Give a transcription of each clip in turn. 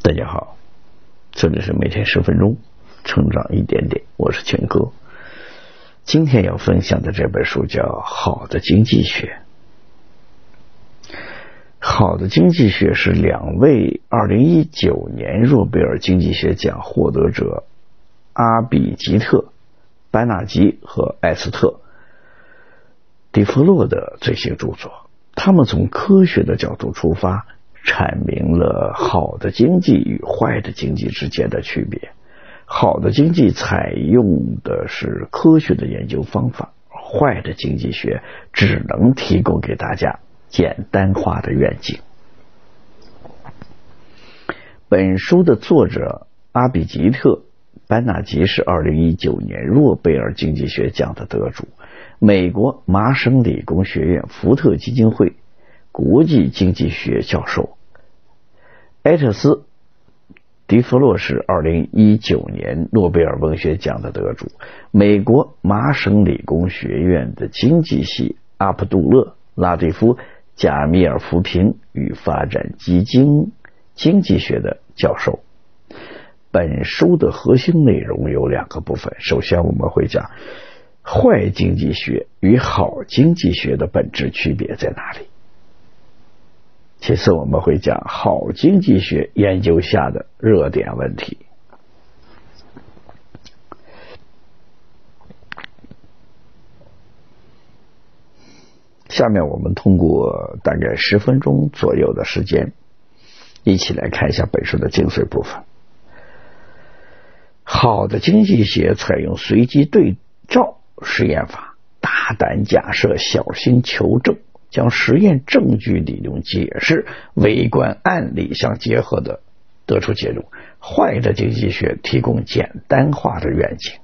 大家好，这里是每天10分钟，成长一点点，我是全哥。今天要分享的这本书叫《好的经济学》。好的经济学是2位2019年诺贝尔经济学奖获得者阿比吉特、班纳吉和艾斯特·蒂弗洛的最新著作。他们从科学的角度出发，阐明了好的经济与坏的经济之间的区别。好的经济采用的是科学的研究方法，坏的经济学只能提供给大家简单化的愿景。本书的作者阿比吉特·班纳吉是2019年诺贝尔经济学奖的得主，美国麻省理工学院福特基金会国际经济学教授。埃特斯·迪弗洛是2019年诺贝尔文学奖的得主，美国麻省理工学院的经济系阿卜杜勒·拉蒂夫·贾米尔扶贫与发展基金经济学的教授。本书的核心内容有2个部分，首先我们会讲坏经济学与好经济学的本质区别在哪里，其次我们会讲好经济学研究下的热点问题。下面我们通过大概10分钟左右的时间，一起来看一下本书的精髓部分。好的经济学采用随机对照实验法，大胆假设，小心求证，将实验证据理论解释、微观案例相结合的得出结论。坏的经济学提供简单化的愿景。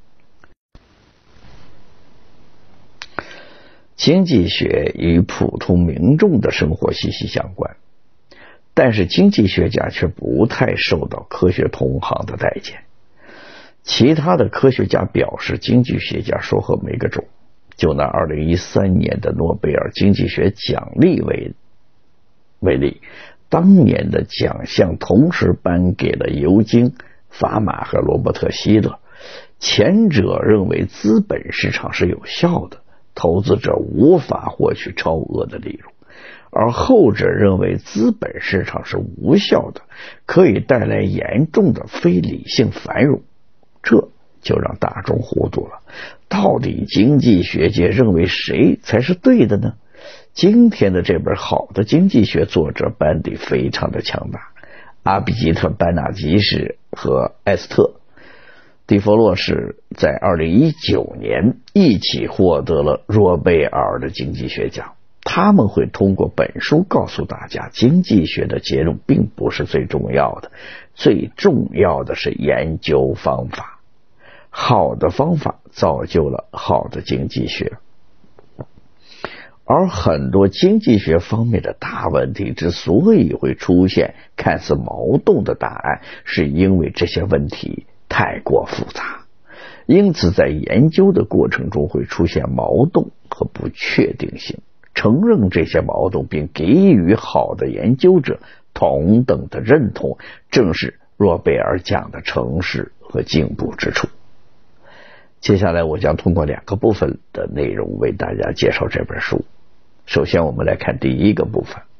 经济学与普通民众的生活息息相关，但是经济学家却不太受到科学同行的待见。其他的科学家表示，经济学家说和没个种。就拿2013年的诺贝尔经济学奖励为例，当年的奖项同时颁给了尤金·法马和罗伯特·希勒。前者认为资本市场是有效的，投资者无法获取超额的利润，而后者认为资本市场是无效的，可以带来严重的非理性繁荣。这就让大众糊涂了，到底经济学界认为谁才是对的呢？今天的这本好的经济学作者班底非常的强大，阿比吉特·班纳吉士和艾斯特·蒂弗洛是在2019年一起获得了诺贝尔的经济学奖。他们会通过本书告诉大家，经济学的结论并不是最重要的，最重要的是研究方法。好的方法造就了好的经济学。而很多经济学方面的大问题之所以会出现看似矛盾的答案，是因为这些问题太过复杂，因此在研究的过程中会出现矛盾和不确定性。承认这些矛盾并给予好的研究者同等的认同，正是诺贝尔奖的诚实和进步之处。接下来我将通过2个部分的内容为大家介绍这本书。首先我们来看第1个部分，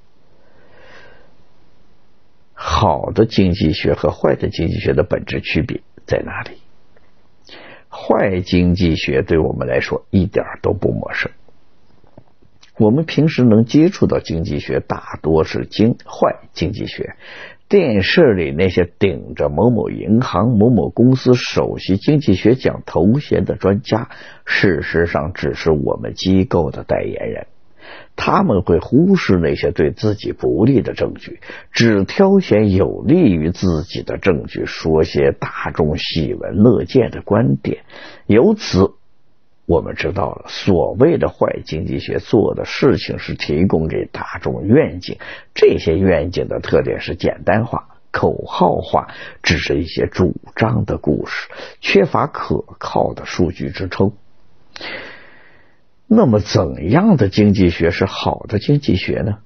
好的经济学和坏的经济学的本质区别在哪里？坏经济学对我们来说一点都不陌生，我们平时能接触到经济学大多是坏经济学。电视里那些顶着某某银行、某某公司首席经济学奖头衔的专家，事实上只是我们机构的代言人。他们会忽视那些对自己不利的证据，只挑选有利于自己的证据，说些大众喜闻乐见的观点。由此我们知道了，所谓的坏经济学做的事情是提供给大众愿景，这些愿景的特点是简单化、口号化，只是一些主张的故事，缺乏可靠的数据支撑。那么怎样的经济学是好的经济学呢？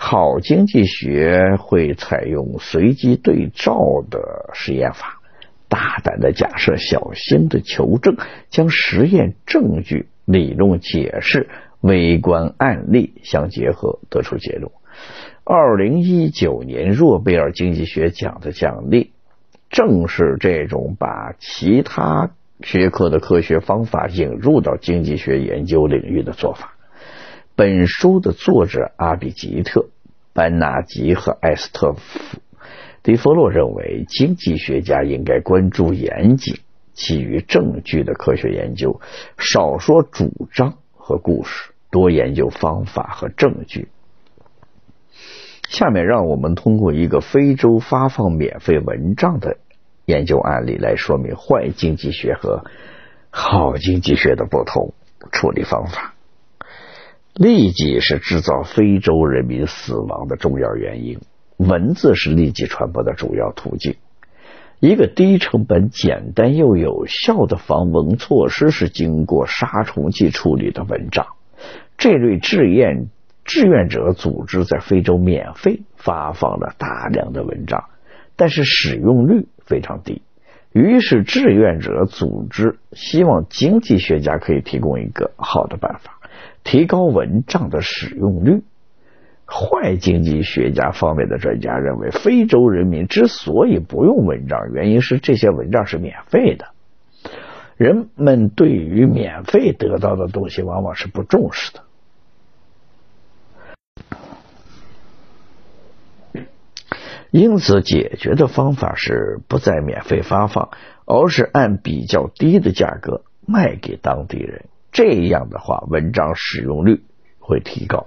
好经济学会采用随机对照的实验法，大胆的假设，小心的求证，将实验证据、理论解释、微观案例相结合，得出结论。2019年诺贝尔经济学奖的奖励正是这种把其他学科的科学方法引入到经济学研究领域的做法。本书的作者阿比吉特、班纳吉和艾斯特夫迪弗洛认为，经济学家应该关注严谨、基于证据的科学研究，少说主张和故事，多研究方法和证据。下面让我们通过一个非洲发放免费蚊帐的研究案例来说明坏经济学和好经济学的不同处理方法。痢疾是制造非洲人民死亡的重要原因，蚊子是痢疾传播的主要途径。一个低成本、简单又有效的防蚊措施是经过杀虫剂处理的蚊帐。这类志愿者组织在非洲免费发放了大量的蚊帐，但是使用率非常低。于是志愿者组织希望经济学家可以提供一个好的办法，提高蚊帐的使用率。坏经济学家方面的专家认为，非洲人民之所以不用蚊帐，原因是这些蚊帐是免费的。人们对于免费得到的东西往往是不重视的。因此解决的方法是不再免费发放，而是按比较低的价格卖给当地人。这样的话，蚊帐使用率会提高。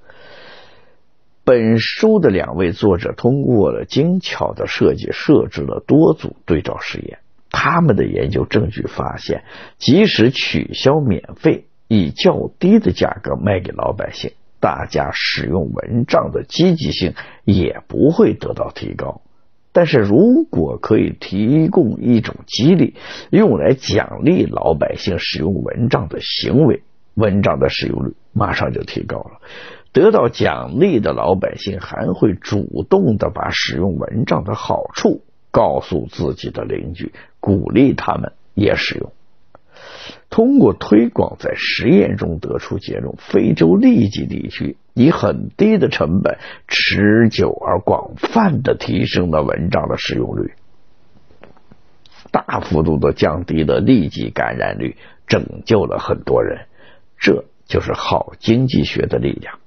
本书的两位作者通过了精巧的设计，设置了多组对照实验。他们的研究证据发现，即使取消免费，以较低的价格卖给老百姓，大家使用蚊帐的积极性也不会得到提高。但是如果可以提供一种激励，用来奖励老百姓使用蚊帐的行为，蚊帐的使用率马上就提高了。得到奖励的老百姓还会主动的把使用蚊帐的好处告诉自己的邻居，鼓励他们也使用。通过推广，在实验中得出结论，非洲痢疾地区以很低的成本持久而广泛的提升了蚊帐的使用率，大幅度的降低了痢疾感染率，拯救了很多人。这就是好经济学的力量。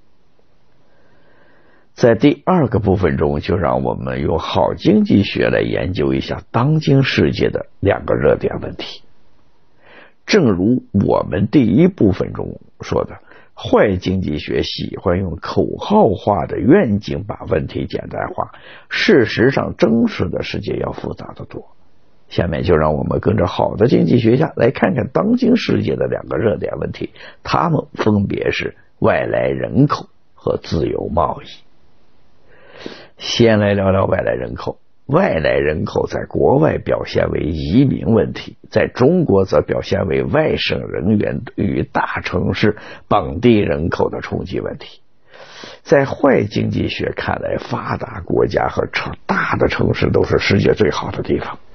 在第二个部分中，就让我们用好经济学来研究一下当今世界的两个热点问题。正如我们第一部分中说的，坏经济学喜欢用口号化的愿景把问题简单化，事实上真实的世界要复杂得多。下面就让我们跟着好的经济学家来看看当今世界的两个热点问题，它们分别是外来人口和自由贸易。先来聊聊外来人口。外来人口在国外表现为移民问题，在中国则表现为外省人员对于大城市本地人口的冲击问题。在坏经济学看来，发达国家和大的城市都是世界最好的地方。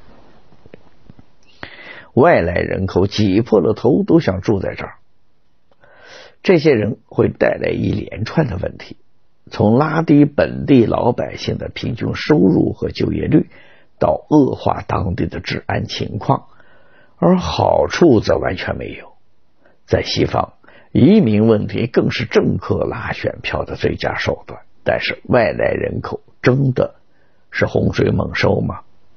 外来人口挤破了头都想住在这儿，这些人会带来一连串的问题，从拉低本地老百姓的平均收入和就业率，到恶化当地的治安情况，而好处则完全没有。在西方，移民问题更是政客拉选票的最佳手段，但是外来人口真的是洪水猛兽吗？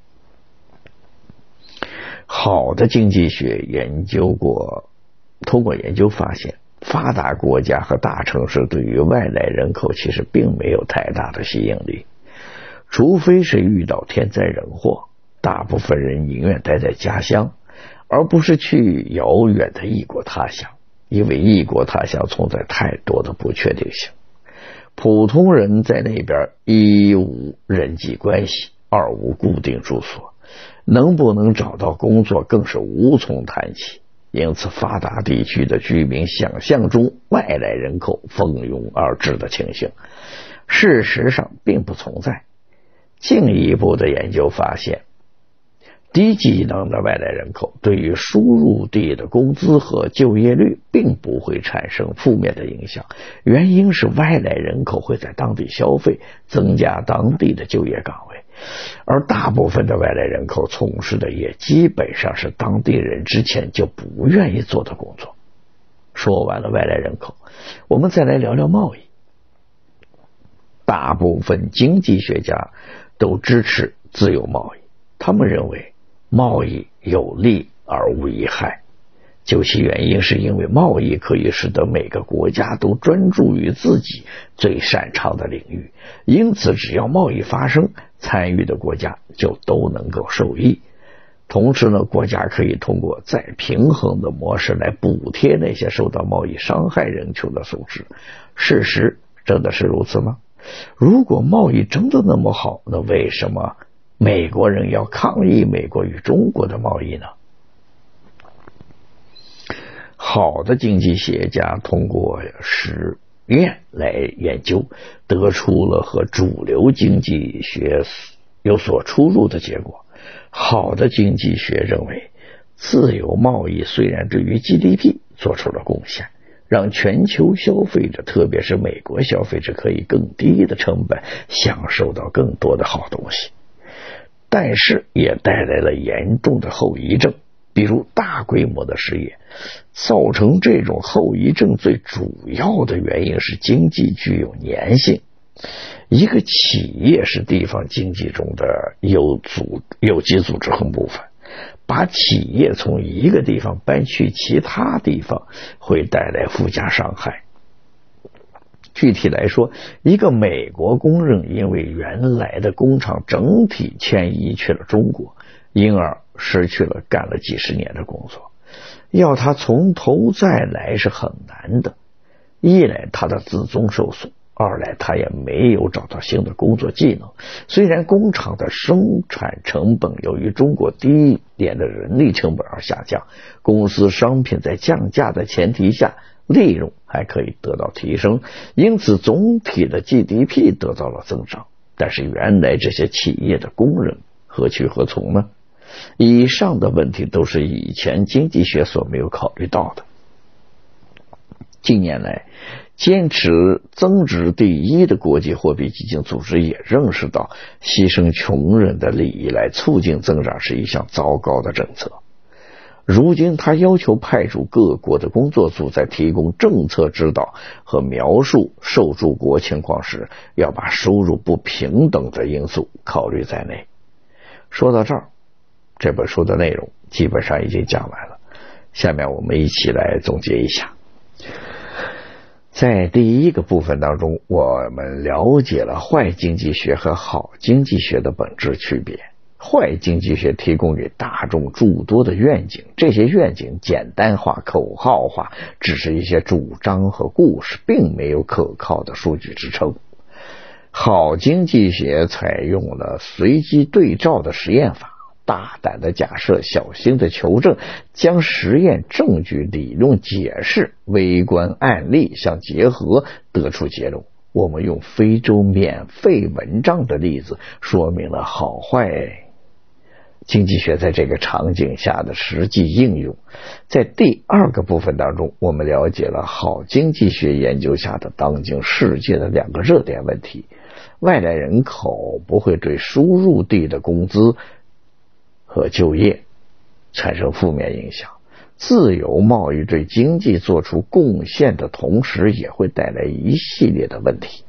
好的经济学通过研究发现，发达国家和大城市对于外来人口其实并没有太大的吸引力，除非是遇到天灾人祸，大部分人宁愿待在家乡，而不是去遥远的异国他乡，因为异国他乡存在太多的不确定性。普通人在那边一无人际关系，二无固定住所，能不能找到工作更是无从谈起。因此发达地区的居民想象中外来人口蜂拥而至的情形， 事实上并不存在。进一步的研究发现，低技能的外来人口对于输入地的工资和就业率并不会产生负面的影响，原因是外来人口会在当地消费，增加当地的就业岗位，而大部分的外来人口从事的也基本上是当地人之前就不愿意做的工作。说完了外来人口，我们再来聊聊贸易。大部分经济学家都支持自由贸易，他们认为贸易有利而无一害，究其原因是因为贸易可以使得每个国家都专注于自己最擅长的领域，因此只要贸易发生，参与的国家就都能够受益。同时呢，国家可以通过再平衡的模式来补贴那些受到贸易伤害人群的损失。事实真的是如此吗？如果贸易真的那么好，那为什么美国人要抗议美国与中国的贸易呢？好的经济学家通过实验来研究，得出了和主流经济学有所出入的结果。好的经济学认为，自由贸易虽然对于 GDP 做出了贡献，让全球消费者，特别是美国消费者可以更低的成本享受到更多的好东西，但是也带来了严重的后遗症，比如大规模的失业。造成这种后遗症最主要的原因是经济具有粘性。一个企业是地方经济中的有机组织和部分，把企业从一个地方搬去其他地方会带来附加伤害。具体来说，一个美国工人因为原来的工厂整体迁移去了中国，因而失去了干了几十年的工作，要他从头再来是很难的。一来他的自尊受损，二来他也没有找到新的工作技能。虽然工厂的生产成本由于中国低廉的人力成本而下降，公司商品在降价的前提下，利润还可以得到提升，因此总体的 GDP 得到了增长。但是原来这些企业的工人何去何从呢？以上的问题都是以前经济学所没有考虑到的。近年来，坚持增值第一的国际货币基金组织也认识到，牺牲穷人的利益来促进增长是一项糟糕的政策。如今他要求派驻各国的工作组在提供政策指导和描述受助国情况时，要把收入不平等的因素考虑在内。说到这儿，这本书的内容基本上已经讲完了，下面我们一起来总结一下。在第一个部分当中，我们了解了坏经济学和好经济学的本质区别。坏经济学提供给大众诸多的愿景，这些愿景简单化、口号化，只是一些主张和故事，并没有可靠的数据支撑。好经济学采用了随机对照的实验法，大胆的假设，小心的求证，将实验证据、理论解释、微观案例相结合，得出结论。我们用非洲免费蚊帐的例子说明了好坏经济学在这个场景下的实际应用。在第二个部分当中，我们了解了好经济学研究下的当今世界的两个热点问题：外来人口不会对输入地的工资和就业产生负面影响，自由贸易对经济做出贡献的同时，也会带来一系列的问题。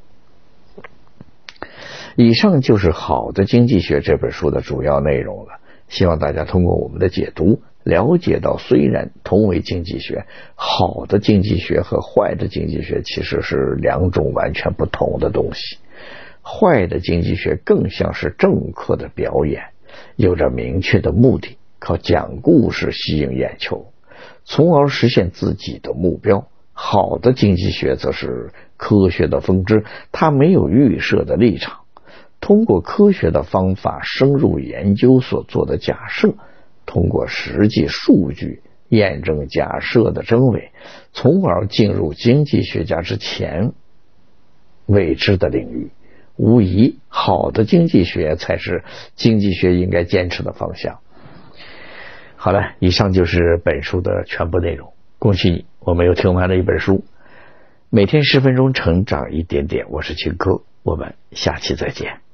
以上就是《好的经济学》这本书的主要内容了。希望大家通过我们的解读，了解到虽然同为经济学，好的经济学和坏的经济学其实是两种完全不同的东西。坏的经济学更像是政客的表演，有着明确的目的，靠讲故事吸引眼球，从而实现自己的目标。好的经济学则是科学的分支，它没有预设的立场，通过科学的方法深入研究所做的假设，通过实际数据验证假设的真伪，从而进入经济学家之前未知的领域。无疑，好的经济学才是经济学应该坚持的方向。好了，以上就是本书的全部内容。恭喜你，我们又听完了一本书。每天10分钟，成长一点点。我是秦科，我们下期再见。